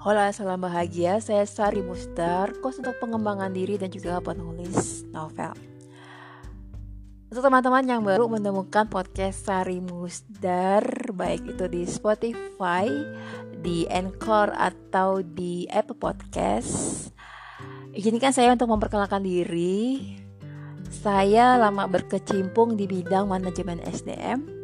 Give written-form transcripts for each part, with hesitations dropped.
Halo, salam bahagia. Saya Sari Musdar, coach untuk pengembangan diri dan juga penulis novel. Untuk teman-teman yang baru menemukan podcast Sari Musdar, baik itu di Spotify, di Anchor, atau di Apple Podcast, izinkan saya untuk memperkenalkan diri. Saya lama berkecimpung di bidang manajemen SDM.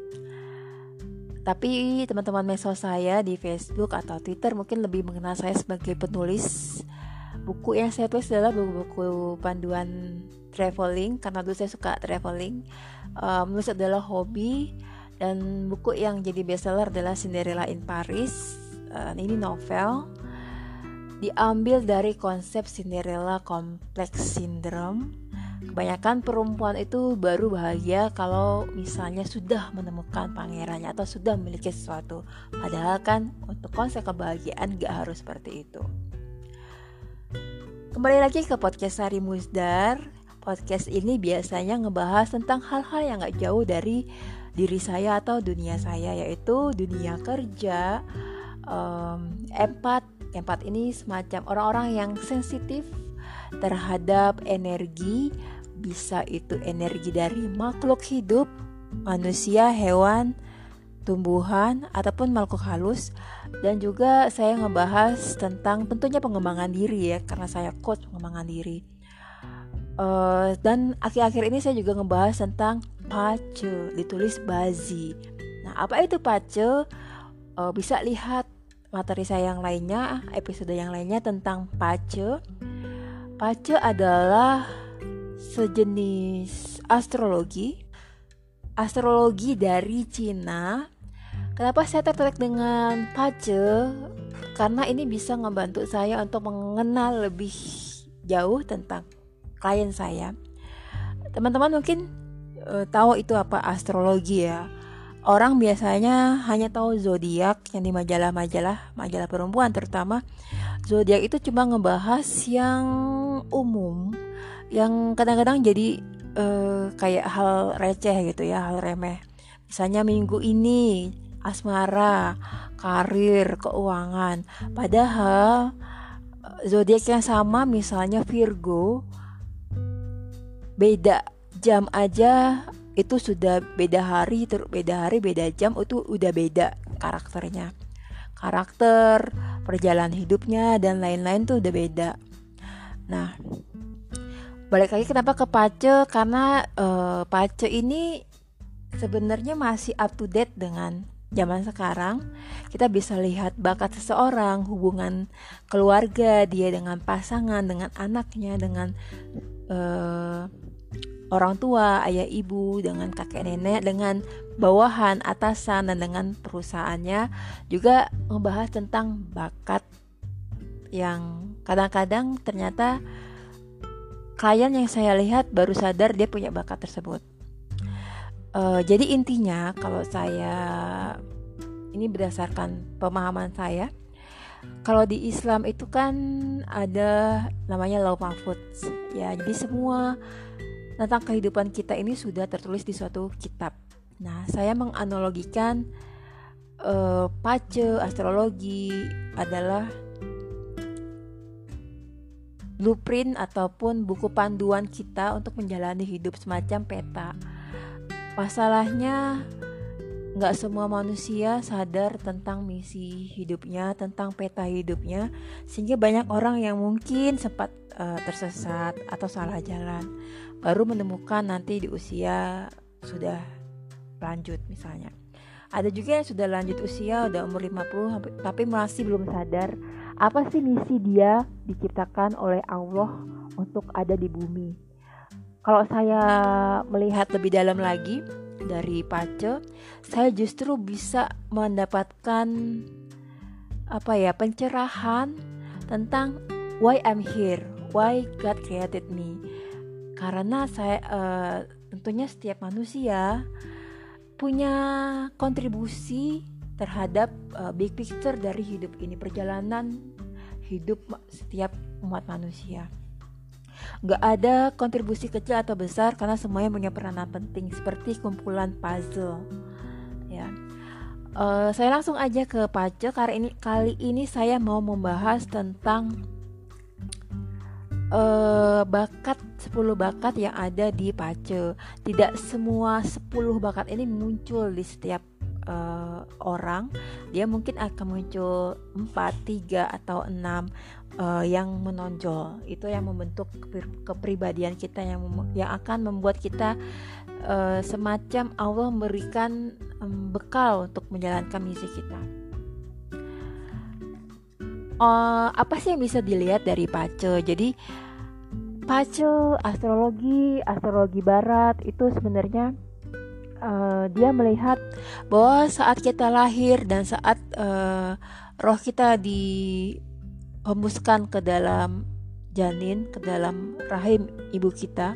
Tapi teman-teman medsos saya di Facebook atau Twitter mungkin lebih mengenal saya sebagai penulis. Buku yang saya tulis adalah buku-buku panduan traveling, karena dulu saya suka traveling. Menulis adalah hobi, dan buku yang jadi bestseller adalah Cinderella in Paris. Ini novel, diambil dari konsep Cinderella Complex Syndrome. Kebanyakan perempuan itu baru bahagia kalau misalnya sudah menemukan pangerannya atau sudah memiliki sesuatu. Padahal kan untuk konsep kebahagiaan gak harus seperti itu. Kembali lagi ke podcast Sari Musdar. Podcast ini biasanya ngebahas tentang hal-hal yang gak jauh dari diri saya atau dunia saya, yaitu dunia kerja. Empat ini semacam orang-orang yang sensitif terhadap energi, bisa itu energi dari makhluk hidup, manusia, hewan, tumbuhan, ataupun makhluk halus. Dan juga saya ngebahas tentang tentunya pengembangan diri ya, karena saya coach pengembangan diri. Dan akhir-akhir ini saya juga ngebahas tentang pace, ditulis bazi. Nah, apa itu pace? Bisa lihat materi saya yang lainnya, episode yang lainnya tentang pace. Pace adalah sejenis astrologi dari Cina. Kenapa saya tertarik dengan pace? Karena ini bisa membantu saya untuk mengenal lebih jauh tentang klien saya. Teman-teman mungkin tahu itu apa astrologi ya. Orang biasanya hanya tahu zodiak yang di majalah perempuan terutama. Zodiak itu cuma ngebahas yang umum, yang kadang-kadang jadi kayak hal receh gitu ya, hal remeh. Misalnya minggu ini asmara, karir, keuangan. Padahal zodiak yang sama, misalnya Virgo, beda jam aja itu sudah beda hari, beda jam, itu udah beda karakternya. Karakter, perjalanan hidupnya, dan lain-lain tuh udah beda. Nah, balik lagi kenapa ke pace? Karena pace ini sebenarnya masih up to date dengan zaman sekarang. Kita bisa lihat bakat seseorang, hubungan keluarga dia dengan pasangan, dengan anaknya, dengan orang tua, ayah ibu, dengan kakek nenek, dengan bawahan, atasan, dan dengan perusahaannya. Juga ngebahas tentang bakat yang kadang-kadang ternyata klien yang saya lihat baru sadar dia punya bakat tersebut. Jadi intinya, kalau saya, ini berdasarkan pemahaman saya, kalau di Islam itu kan ada namanya Lauh Mahfudz ya. Jadi semua tentang kehidupan kita ini sudah tertulis di suatu kitab. Nah, saya menganalogikan pace astrologi adalah blueprint ataupun buku panduan kita untuk menjalani hidup, semacam peta. Masalahnya gak semua manusia sadar tentang misi hidupnya, tentang peta hidupnya, sehingga banyak orang yang mungkin sempat tersesat atau salah jalan, baru menemukan nanti di usia sudah lanjut misalnya. Ada juga yang sudah lanjut usia, udah umur 50, tapi masih belum sadar apa sih misi dia diciptakan oleh Allah untuk ada di bumi. Kalau saya melihat lebih dalam lagi dari pace, saya justru bisa mendapatkan pencerahan tentang why I'm here, why God created me. Karena saya tentunya setiap manusia punya kontribusi terhadap big picture dari hidup ini, perjalanan hidup setiap umat manusia. Gak ada kontribusi kecil atau besar, karena semuanya punya peranan penting, seperti kumpulan puzzle ya. Saya langsung aja ke Pace. Kali ini saya mau membahas tentang bakat 10 bakat yang ada di Pace. Tidak semua 10 bakat ini muncul di setiap orang. Dia mungkin akan muncul 4, 3 atau 6 yang menonjol. Itu yang membentuk kepribadian kita, yang akan membuat kita semacam Allah memberikan bekal untuk menjalankan misi kita. Apa sih yang bisa dilihat dari Pace? Jadi Pace astrologi barat itu sebenarnya dia melihat bahwa saat kita lahir dan saat roh kita dihembuskan ke dalam janin, ke dalam rahim ibu kita,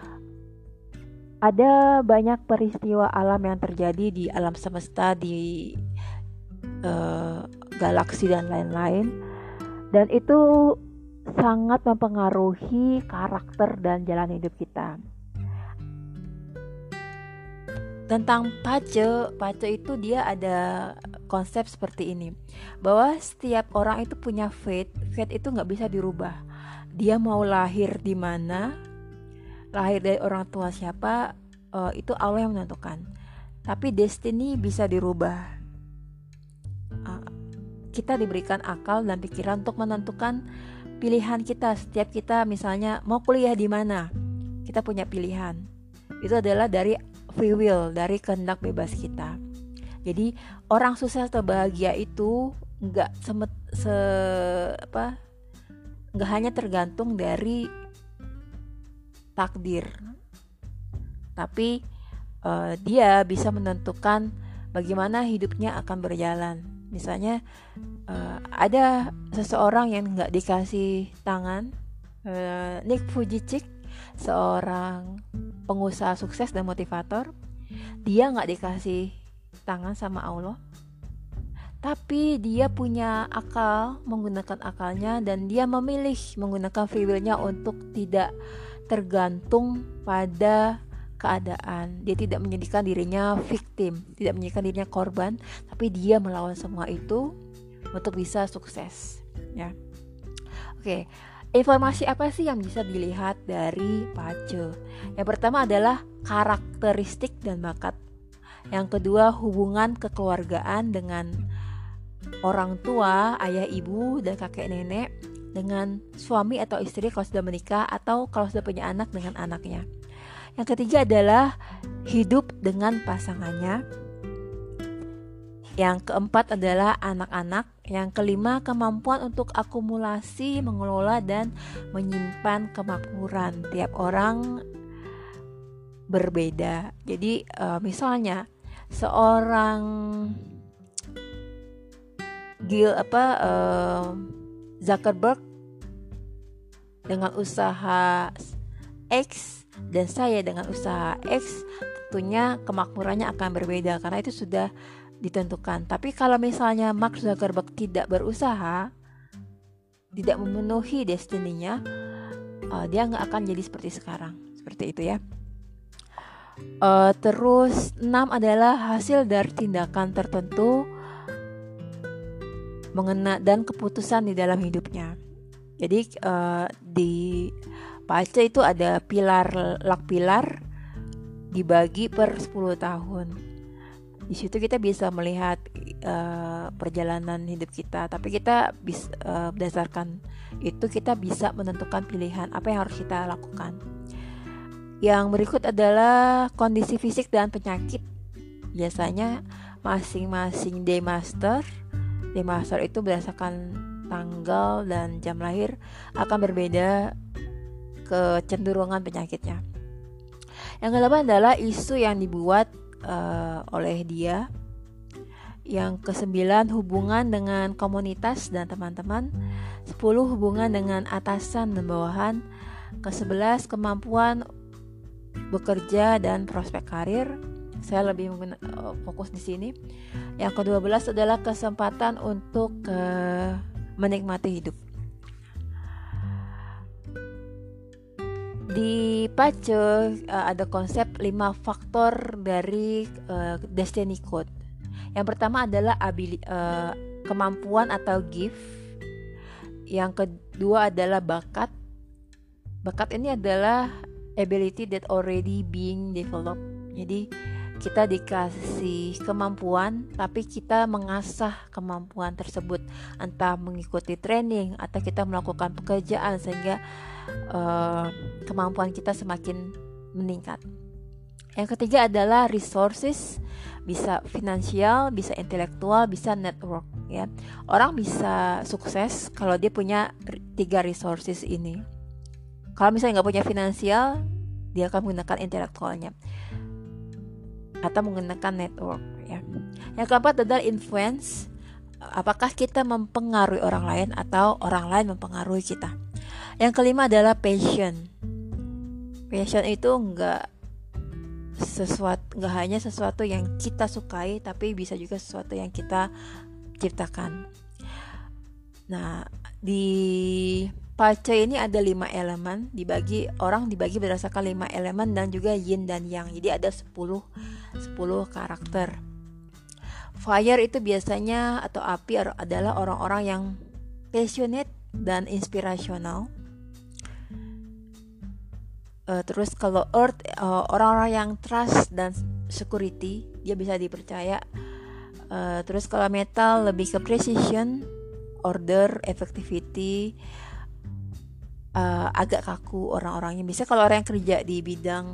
ada banyak peristiwa alam yang terjadi di alam semesta, di galaksi dan lain-lain, dan itu sangat mempengaruhi karakter dan jalan hidup kita. Tentang Pace itu dia ada konsep seperti ini, bahwa setiap orang itu punya fate itu nggak bisa dirubah. Dia mau lahir di mana, lahir dari orang tua siapa, itu Allah yang menentukan. Tapi destiny bisa dirubah. Kita diberikan akal dan pikiran untuk menentukan pilihan kita. Setiap kita misalnya mau kuliah di mana, kita punya pilihan. Itu adalah dari free will, dari kehendak bebas kita. Jadi orang sukses atau bahagia itu nggak hanya tergantung dari takdir, tapi dia bisa menentukan bagaimana hidupnya akan berjalan. Misalnya ada seseorang yang nggak dikasih tangan, Nick Vujicic, seorang pengusaha sukses dan motivator. Dia nggak dikasih tangan sama Allah, tapi dia punya akal, menggunakan akalnya, dan dia memilih menggunakan free will-nya untuk tidak tergantung pada keadaan. Dia tidak menjadikan dirinya victim, tidak menjadikan dirinya korban, tapi dia melawan semua itu untuk bisa sukses, ya. Oke, informasi apa sih yang bisa dilihat dari Pace? Yang pertama adalah karakteristik dan bakat. Yang kedua, hubungan kekeluargaan dengan orang tua, ayah, ibu, dan kakek nenek, dengan suami atau istri kalau sudah menikah, atau kalau sudah punya anak dengan anaknya. Yang ketiga adalah hidup dengan pasangannya. Yang keempat adalah anak-anak. Yang kelima, kemampuan untuk akumulasi, mengelola, dan menyimpan kemakmuran. Tiap orang berbeda. Jadi misalnya seorang Zuckerberg dengan usaha X dan saya dengan usaha X, tentunya kemakmurannya akan berbeda karena itu sudah ditentukan. Tapi kalau misalnya Mark Zuckerberg tidak berusaha, tidak memenuhi destininya, dia nggak akan jadi seperti sekarang. Seperti itu ya. Terus 6 adalah hasil dari tindakan tertentu dan keputusan di dalam hidupnya. Jadi di Pace itu ada pilar dibagi per 10 tahun. Di situ kita bisa melihat perjalanan hidup kita, tapi kita berdasarkan itu kita bisa menentukan pilihan apa yang harus kita lakukan. Yang berikut adalah kondisi fisik dan penyakit. Biasanya masing-masing day master itu berdasarkan tanggal dan jam lahir akan berbeda kecenderungan penyakitnya. Yang kedelapan adalah isu yang dibuat oleh dia. Yang kesembilan, hubungan dengan komunitas dan teman-teman. 10, hubungan dengan atasan dan bawahan. Ke-11, kemampuan bekerja dan prospek karir. Saya lebih fokus di sini. Yang ke-12 adalah kesempatan untuk menikmati hidup. Di Pace ada konsep 5 faktor dari Destiny Code. Yang pertama adalah kemampuan atau gift. Yang kedua adalah bakat. Bakat ini adalah ability that already being developed. Jadi kita dikasih kemampuan, tapi kita mengasah kemampuan tersebut, entah mengikuti training atau kita melakukan pekerjaan sehingga kemampuan kita semakin meningkat. Yang ketiga adalah resources, bisa finansial, bisa intelektual, bisa network ya. Orang bisa sukses kalau dia punya 3 resources ini. Kalau misalnya nggak punya finansial, dia akan menggunakan intelektualnya atau menggunakan network ya. Yang keempat adalah influence. Apakah kita mempengaruhi orang lain atau orang lain mempengaruhi kita? Yang kelima adalah passion. Passion itu nggak hanya sesuatu yang kita sukai, tapi bisa juga sesuatu yang kita ciptakan. Nah, di Pace ini ada 5 elemen, dibagi berdasarkan 5 elemen dan juga yin dan yang. Jadi ada 10 karakter. Fire itu biasanya atau api adalah orang-orang yang passionate dan inspirational. Terus kalau earth, orang-orang yang trust dan security, dia bisa dipercaya. Terus kalau metal lebih ke precision, order, effectivity. Agak kaku orang-orangnya. Biasanya kalau orang yang kerja di bidang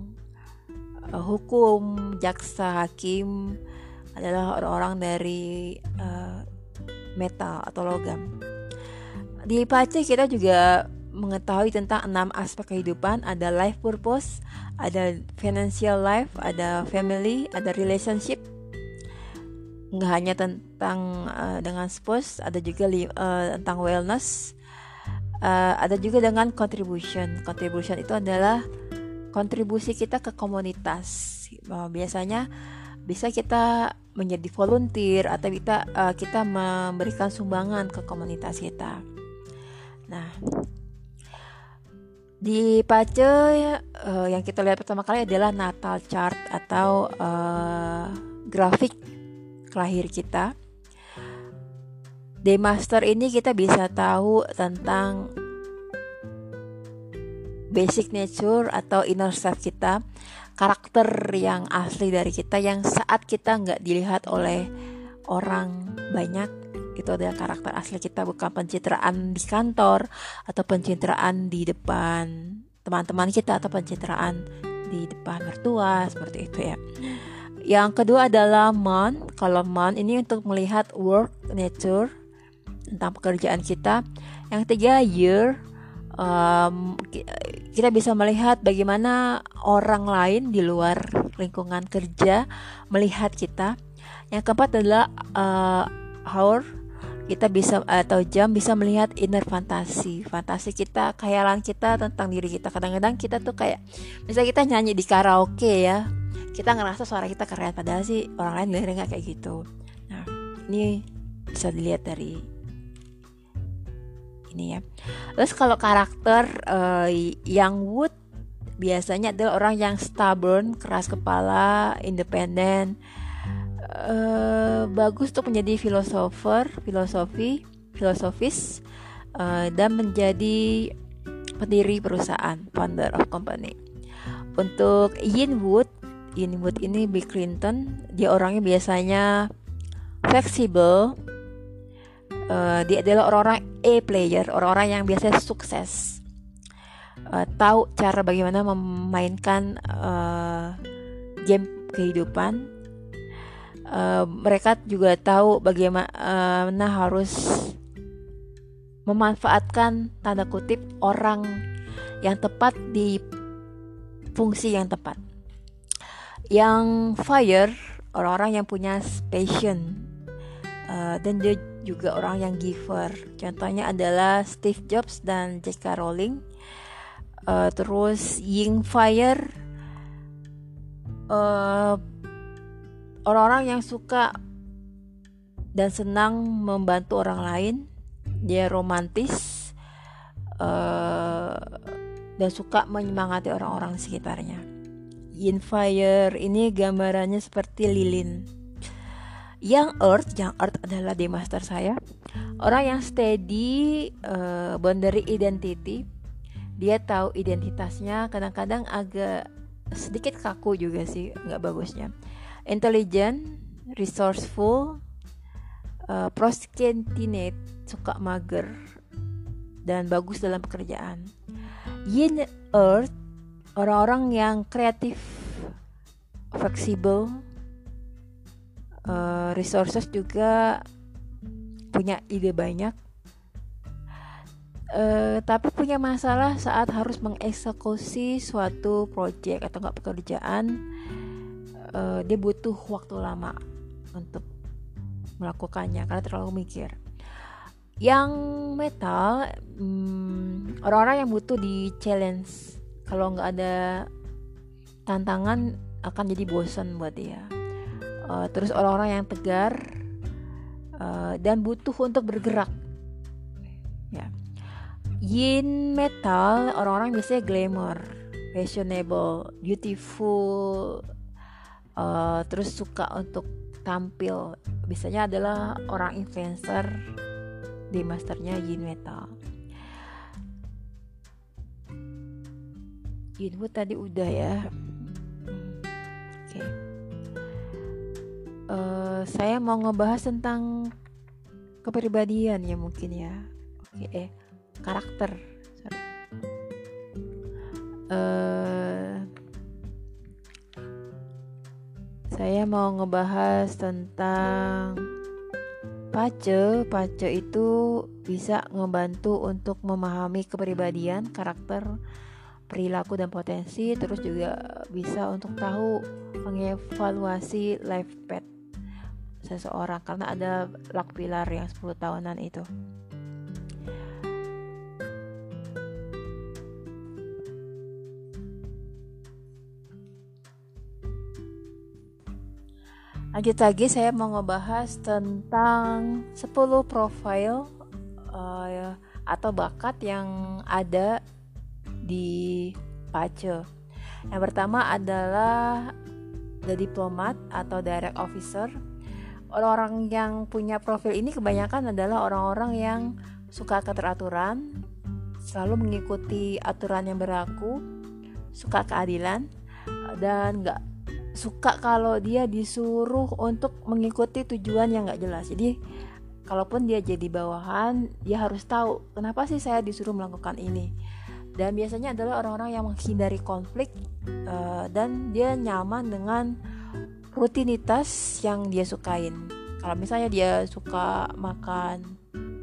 hukum, jaksa, hakim adalah orang-orang dari metal atau logam. Di Pace kita juga mengetahui tentang 6 aspek kehidupan. Ada life purpose, ada financial life, ada family, ada relationship. Nggak hanya tentang dengan spouse, ada juga tentang wellness. Ada juga dengan contribution. Contribution itu adalah kontribusi kita ke komunitas. Biasanya bisa kita menjadi volunteer atau kita memberikan sumbangan ke komunitas kita. Nah, di Pace yang kita lihat pertama kali adalah natal chart atau grafik lahir kita. Day Master ini kita bisa tahu tentang basic nature atau inner self kita, karakter yang asli dari kita yang saat kita nggak dilihat oleh orang banyak. Itu adalah karakter asli kita, bukan pencitraan di kantor atau pencitraan di depan teman-teman kita atau pencitraan di depan mertua, seperti itu ya. Yang kedua adalah month. Kalau month ini untuk melihat work nature, tentang pekerjaan kita. Yang ketiga year, kita bisa melihat bagaimana orang lain di luar lingkungan kerja melihat kita. Yang keempat adalah hour, kita bisa atau jam bisa melihat inner fantasi kita, khayalan kita tentang diri kita. Kadang-kadang kita tuh kayak misalnya kita nyanyi di karaoke ya, kita ngerasa suara kita keren padahal sih orang lain dengerin nggak kayak gitu. Nah, ini bisa dilihat dari ini ya. Terus kalau karakter yang wood biasanya adalah orang yang stubborn, keras kepala, independen, bagus untuk menjadi filosofis dan menjadi pendiri perusahaan, founder of company. Untuk yin wood ini Bill Clinton, dia orangnya biasanya fleksibel. Dia adalah orang-orang player, orang-orang yang biasanya sukses, tahu cara bagaimana memainkan game kehidupan. Mereka juga tahu bagaimana harus memanfaatkan tanda kutip orang yang tepat di fungsi yang tepat. Yang fire, orang-orang yang punya passion, dan dia juga orang yang giver. Contohnya adalah Steve Jobs dan J.K. Rowling. Terus Ying Fire, orang-orang yang suka dan senang membantu orang lain. Dia romantis dan suka menyemangati orang-orang sekitarnya. Yin Fire ini gambarannya seperti lilin. Young Earth adalah day master saya. Orang yang steady, boundary identity. Dia tahu identitasnya, kadang-kadang agak sedikit kaku juga sih, nggak bagusnya. Intelligent, resourceful, procrastinate, suka mager, dan bagus dalam pekerjaan. Yin Earth, orang-orang yang kreatif, fleksibel, resources juga, punya ide banyak, tapi punya masalah saat harus mengeksekusi suatu proyek atau enggak pekerjaan. Dia butuh waktu lama untuk melakukannya karena terlalu mikir. Yang metal, orang-orang yang butuh di challenge. Kalau nggak ada tantangan akan jadi bosan buat dia. Terus orang-orang yang tegar, dan butuh untuk bergerak. Ya. Yin metal, orang-orang biasanya glamour, fashionable, beautiful, terus suka untuk tampil. Biasanya adalah orang influencer. Di masternya Yin metal. Yin tadi udah ya. Oke. Saya mau ngebahas tentang kepribadian ya mungkin ya. Oke, karakter. Sorry. Saya mau ngebahas tentang Pace itu bisa ngebantu untuk memahami kepribadian, karakter, perilaku dan potensi. Terus juga bisa untuk tahu mengevaluasi life path seseorang karena ada luck pilar yang 10 tahunan itu. Lanjut lagi, saya mau ngebahas tentang 10 profil atau bakat yang ada di Pace. Yang pertama adalah the diplomat atau direct officer. Orang-orang yang punya profil ini kebanyakan adalah orang-orang yang suka keteraturan, selalu mengikuti aturan yang berlaku, suka keadilan, dan gak suka kalau dia disuruh untuk mengikuti tujuan yang gak jelas. Jadi kalaupun dia jadi bawahan, dia harus tahu kenapa sih saya disuruh melakukan ini. Dan biasanya adalah orang-orang yang menghindari konflik, dan dia nyaman dengan rutinitas yang dia sukain. Kalau misalnya dia suka makan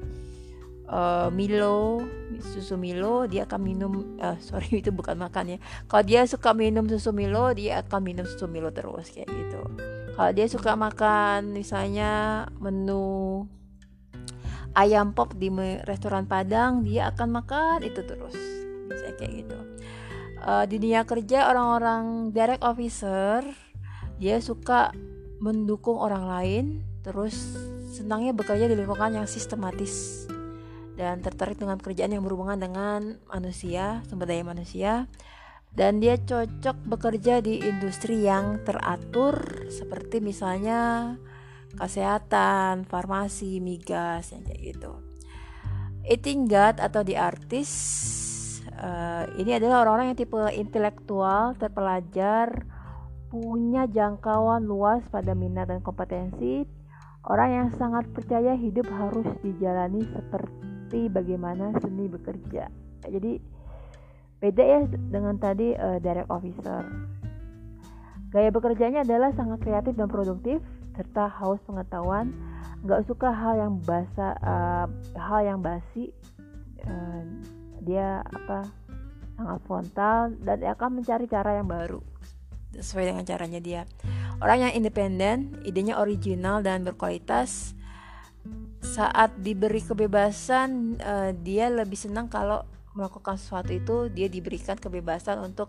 Milo, susu Milo, dia akan minum itu bukan makan ya. Kalau dia suka minum susu Milo, dia akan minum susu Milo terus kayak gitu. Kalau dia suka makan misalnya menu ayam pop di restoran Padang, dia akan makan itu terus. Bisa kayak gitu. Di dunia kerja, orang-orang direct officer, dia suka mendukung orang lain, terus senangnya bekerja di lingkungan yang sistematis dan tertarik dengan pekerjaan yang berhubungan dengan manusia, sumber daya manusia. Dan dia cocok bekerja di industri yang teratur seperti misalnya kesehatan, farmasi, migas, yang kayak gitu. Eating God atau the artist, ini adalah orang-orang yang tipe intelektual, terpelajar, punya jangkauan luas pada minat dan kompetensi. Orang yang sangat percaya hidup harus dijalani seperti bagaimana seni bekerja. Jadi beda ya dengan tadi direct officer. Gaya bekerjanya adalah sangat kreatif dan produktif serta haus pengetahuan, nggak suka hal yang basi. Dia sangat frontal dan dia akan mencari cara yang baru sesuai dengan caranya dia. Orang yang independen, idenya original dan berkualitas. Saat diberi kebebasan, dia lebih senang kalau melakukan sesuatu itu dia diberikan kebebasan untuk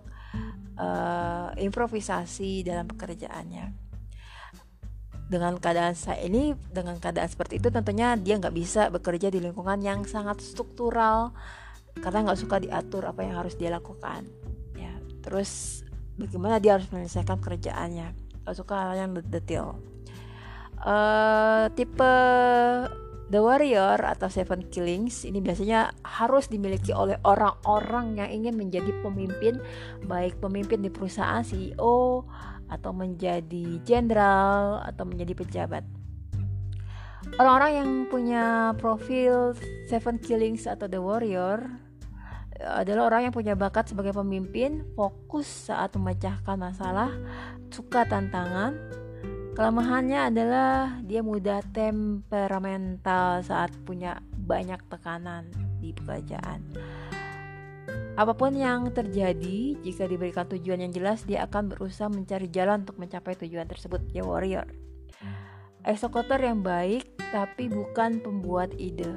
improvisasi dalam pekerjaannya. Dengan keadaan seperti itu tentunya dia nggak bisa bekerja di lingkungan yang sangat struktural karena nggak suka diatur apa yang harus dia lakukan. Ya, terus bagaimana dia harus menyelesaikan pekerjaannya, nggak suka hal yang detail. Tipe The Warrior atau Seven Killings ini biasanya harus dimiliki oleh orang-orang yang ingin menjadi pemimpin, baik pemimpin di perusahaan CEO atau menjadi jenderal atau menjadi pejabat. Orang-orang yang punya profil Seven Killings atau The Warrior adalah orang yang punya bakat sebagai pemimpin, fokus saat memecahkan masalah, suka tantangan. Kelemahannya adalah dia mudah temperamental saat punya banyak tekanan di pekerjaan. Apapun yang terjadi, jika diberikan tujuan yang jelas, dia akan berusaha mencari jalan untuk mencapai tujuan tersebut. Ya, warrior. Eksekutor yang baik, tapi bukan pembuat ide.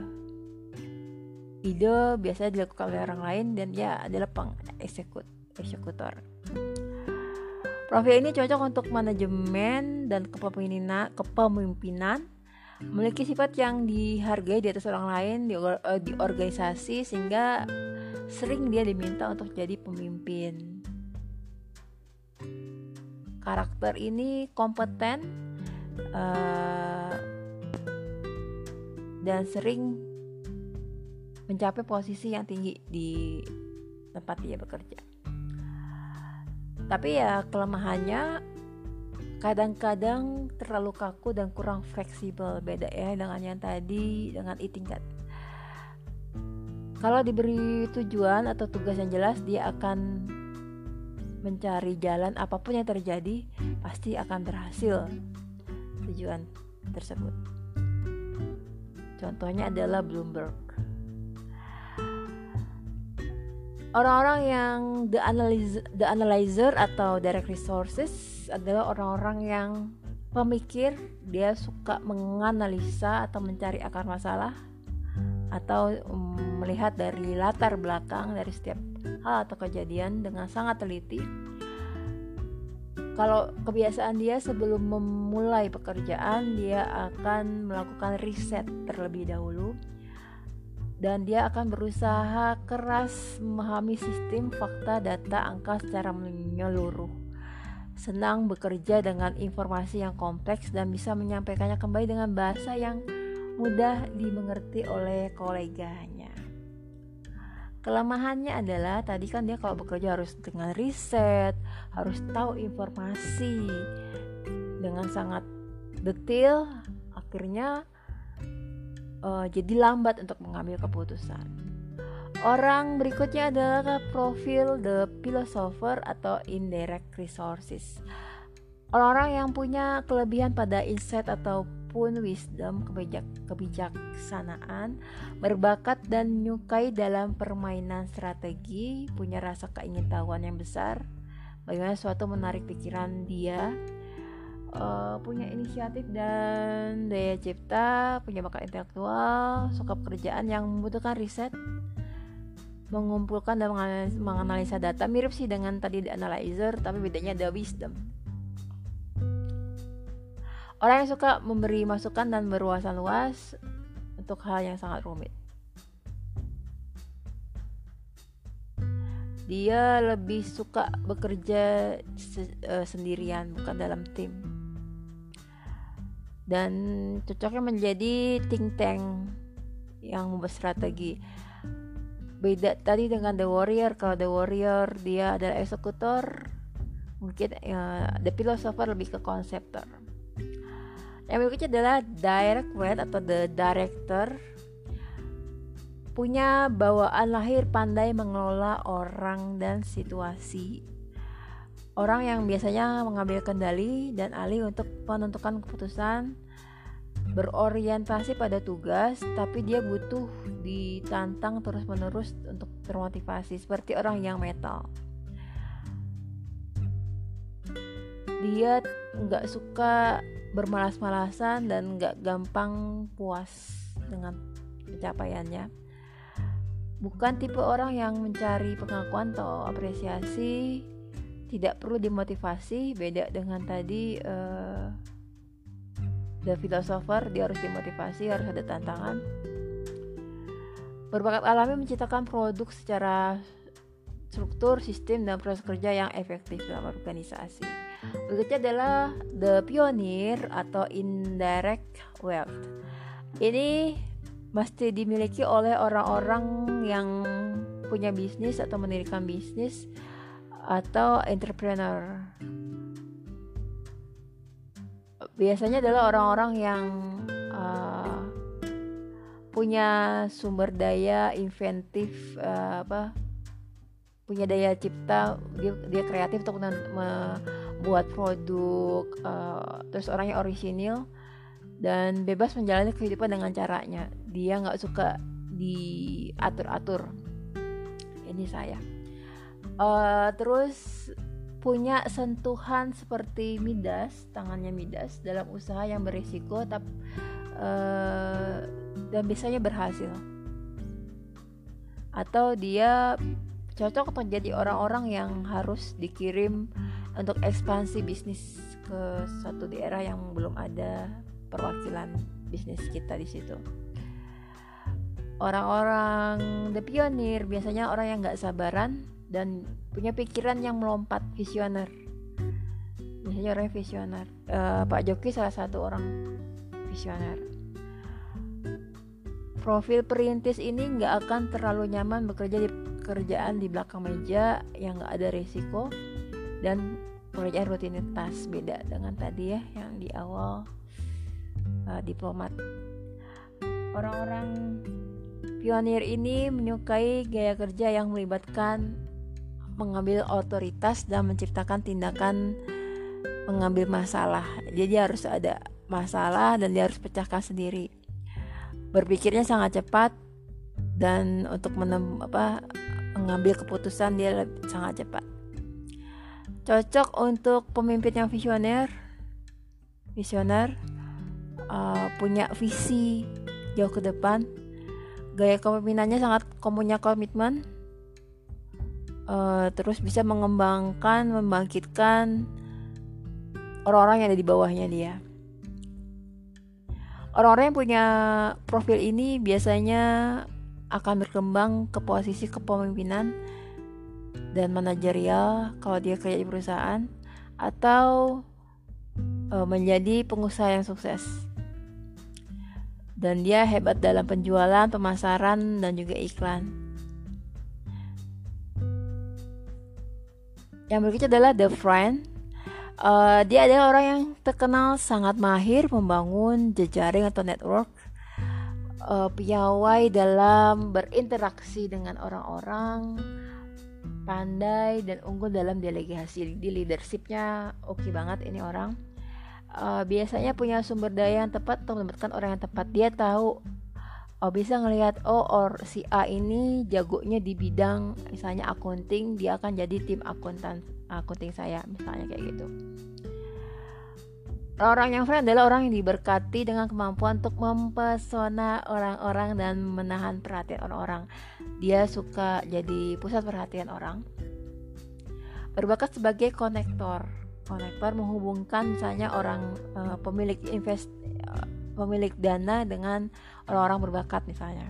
Ide biasanya dilakukan oleh orang lain dan dia adalah eksekutor. Profil ini cocok untuk manajemen dan kepemimpinan, memiliki sifat yang dihargai di atas orang lain di organisasi, sehingga sering dia diminta untuk jadi pemimpin. Karakter ini kompeten dan sering mencapai posisi yang tinggi di tempat dia bekerja. Tapi ya kelemahannya kadang-kadang terlalu kaku dan kurang fleksibel. Beda ya dengan yang tadi, dengan tingkat. Kalau diberi tujuan atau tugas yang jelas, dia akan mencari jalan. Apapun yang terjadi pasti akan berhasil tujuan tersebut. Contohnya adalah Bloomberg. Orang-orang yang the analyzer atau direct resources adalah orang-orang yang pemikir. Dia suka menganalisa atau mencari akar masalah atau melihat dari latar belakang dari setiap hal atau kejadian dengan sangat teliti. Kalau kebiasaan dia sebelum memulai pekerjaan, dia akan melakukan riset terlebih dahulu. Dan dia akan berusaha keras memahami sistem, fakta, data, angka secara menyeluruh. Senang bekerja dengan informasi yang kompleks dan bisa menyampaikannya kembali dengan bahasa yang mudah dimengerti oleh koleganya. Kelemahannya adalah tadi kan dia kalau bekerja harus dengan riset, harus tahu informasi dengan sangat detail, akhirnya jadi lambat untuk mengambil keputusan. Orang berikutnya adalah profil the philosopher atau indirect resources. Orang-orang yang punya kelebihan pada insight ataupun wisdom, kebijaksanaan, berbakat dan menyukai dalam permainan strategi, punya rasa keingintahuan yang besar, bagaimana suatu menarik pikiran dia, punya inisiatif dan daya cipta, punya bakat intelektual, suka pekerjaan yang membutuhkan riset, mengumpulkan dan menganalisa data. Mirip sih dengan tadi the analyzer, tapi bedanya the wisdom. Orang yang suka memberi masukan dan berwawasan luas untuk hal yang sangat rumit. Dia lebih suka bekerja sendirian, bukan dalam tim. Dan cocoknya menjadi think tank yang membuat strategi. Beda tadi dengan the warrior. Kalau the warrior dia adalah eksekutor, mungkin the philosopher lebih ke konseptor. Yang berikutnya adalah director atau the director. Punya bawaan lahir pandai mengelola orang dan situasi. Orang yang biasanya mengambil kendali dan alih untuk menentukan keputusan, berorientasi pada tugas, tapi dia butuh ditantang terus-menerus untuk termotivasi, seperti orang yang metal. Dia gak suka bermalas-malasan dan gak gampang puas dengan pencapaiannya. Bukan tipe orang yang mencari pengakuan atau apresiasi, tidak perlu dimotivasi. Beda dengan tadi the philosopher, dia harus dimotivasi, harus ada tantangan. Berbakat alami menciptakan produk secara struktur, sistem, dan proses kerja yang efektif dalam organisasi. Berikutnya adalah the pioneer atau indirect wealth. Ini mesti dimiliki oleh orang-orang yang punya bisnis atau mendirikan bisnis atau entrepreneur. Biasanya adalah orang-orang yang punya sumber daya inventif, punya daya cipta, dia kreatif untuk membuat produk, terus orangnya orisinil dan bebas menjalani kehidupan dengan caranya. Dia nggak suka diatur-atur. Ini saya. Terus punya sentuhan seperti Midas, tangannya Midas dalam usaha yang berisiko dan biasanya berhasil. Atau dia cocok untuk jadi orang-orang yang harus dikirim untuk ekspansi bisnis ke suatu daerah yang belum ada perwakilan bisnis kita di situ. Orang-orang the pioneer biasanya orang yang nggak sabaran dan punya pikiran yang melompat, visioner. Biasanya orang visioner. Pak Jokowi salah satu orang visioner. Profil perintis ini nggak akan terlalu nyaman bekerja di pekerjaan di belakang meja yang nggak ada risiko dan pekerjaan rutinitas. Beda dengan tadi ya yang di awal diplomat. Orang-orang pionir ini menyukai gaya kerja yang melibatkan mengambil otoritas dan menciptakan tindakan mengambil masalah. Jadi dia harus ada masalah dan dia harus pecahkan sendiri. Berpikirnya sangat cepat dan untuk mengambil keputusan dia sangat cepat. Cocok untuk pemimpin yang visioner, punya visi jauh ke depan. Gaya kepemimpinannya sangat punya komitmen, terus bisa membangkitkan orang-orang yang ada di bawahnya dia. Orang-orang yang punya profil ini biasanya akan berkembang ke posisi kepemimpinan dan manajerial kalau dia kerja di perusahaan atau menjadi pengusaha yang sukses. Dan dia hebat dalam penjualan, pemasaran, dan juga iklan. Yang berikutnya adalah the friend. Dia adalah orang yang terkenal sangat mahir membangun jejaring atau network, piawai dalam berinteraksi dengan orang-orang, pandai dan unggul dalam delegasi. Di leadershipnya oke banget ini orang. Biasanya punya sumber daya yang tepat untuk mendapatkan orang yang tepat. Dia tahu bisa ngelihat si A ini jagonya di bidang misalnya accounting, dia akan jadi tim accounting saya, misalnya kayak gitu. Orang yang friend adalah orang yang diberkati dengan kemampuan untuk mempesona orang-orang dan menahan perhatian orang-orang. Dia suka jadi pusat perhatian orang. Berbakat sebagai konektor menghubungkan misalnya orang pemilik dana dengan orang-orang berbakat misalnya.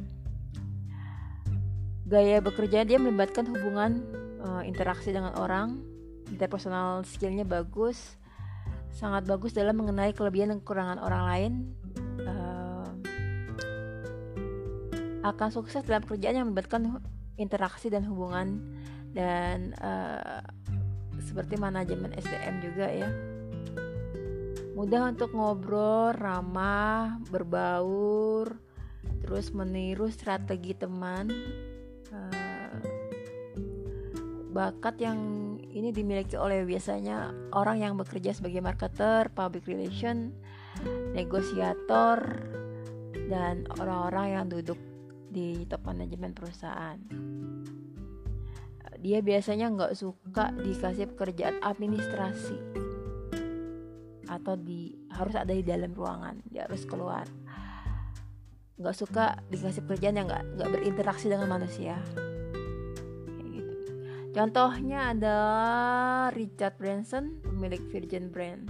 Gaya bekerja dia melibatkan hubungan interaksi dengan orang. Interpersonal skillnya bagus, sangat bagus dalam mengenai kelebihan dan kekurangan orang lain. Akan sukses dalam pekerjaan yang melibatkan interaksi dan hubungan dan seperti manajemen SDM juga ya. Mudah untuk ngobrol, ramah, berbaur, terus meniru strategi teman. Bakat yang ini dimiliki oleh biasanya orang yang bekerja sebagai marketer, public relation, negosiator, dan orang-orang yang duduk di top manajemen perusahaan. Dia biasanya nggak suka dikasih pekerjaan administrasi atau harus ada di dalam ruangan, dia harus keluar. Nggak suka dikasih pekerjaan yang nggak berinteraksi dengan manusia. Contohnya adalah Richard Branson, pemilik Virgin Brand.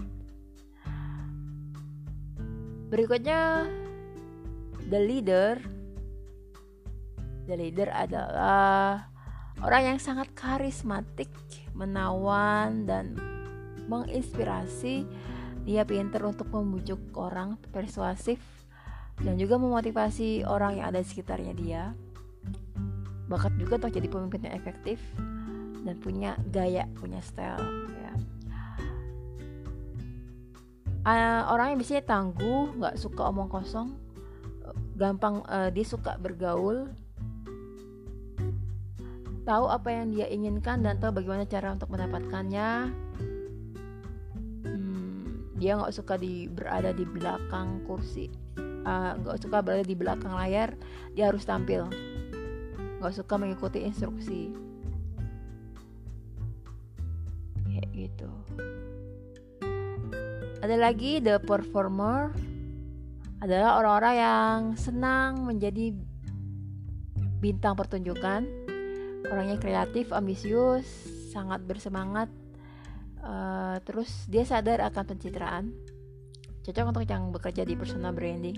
Berikutnya the leader adalah Orang yang sangat karismatik, menawan, dan menginspirasi. Dia pintar untuk membujuk orang, persuasif, dan juga memotivasi orang yang ada di sekitarnya dia. Bakat juga untuk jadi pemimpin yang efektif dan punya gaya, punya style ya. Orang yang biasanya tangguh, gak suka omong kosong, gampang, dia suka bergaul, tahu apa yang dia inginkan dan tahu bagaimana cara untuk mendapatkannya. Dia nggak suka berada di belakang kursi, nggak suka berada di belakang layar. Dia harus tampil, nggak suka mengikuti instruksi kayak gitu. Ada lagi the performer, adalah orang-orang yang senang menjadi bintang pertunjukan. Orangnya kreatif, ambisius, sangat bersemangat. Terus dia sadar akan pencitraan, cocok untuk yang bekerja di personal branding.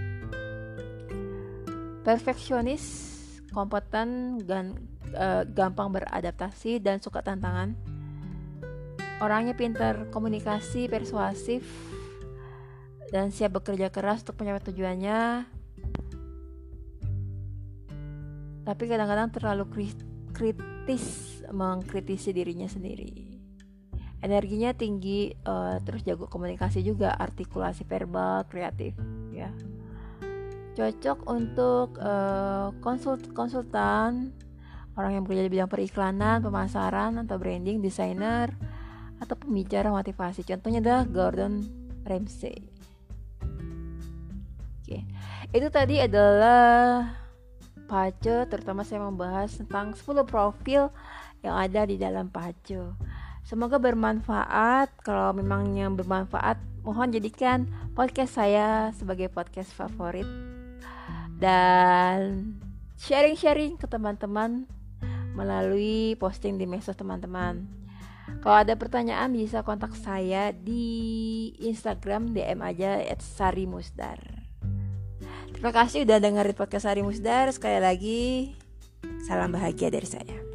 Perfeksionis, kompeten, gampang beradaptasi dan suka tantangan. Orangnya pintar komunikasi, persuasif, dan siap bekerja keras untuk mencapai tujuannya. Tapi kadang-kadang terlalu kritis, mengkritisi dirinya sendiri. Energinya tinggi, terus jago komunikasi juga, artikulasi verbal, kreatif ya. Cocok untuk konsultan, orang yang bekerja di bidang periklanan, pemasaran, atau branding, desainer, atau pembicara motivasi. Contohnya adalah Gordon Ramsay. Oke. Itu tadi adalah Pace, terutama saya membahas tentang 10 profil yang ada di dalam Pace. Semoga bermanfaat. Kalau memangnya bermanfaat, mohon jadikan podcast saya sebagai podcast favorit dan sharing-sharing ke teman-teman melalui posting di medsos teman-teman. Kalau ada pertanyaan bisa kontak saya di Instagram, DM aja @sarimusdar. Terima kasih udah dengerin podcast Sari Musdar. Sekali lagi, salam bahagia dari saya.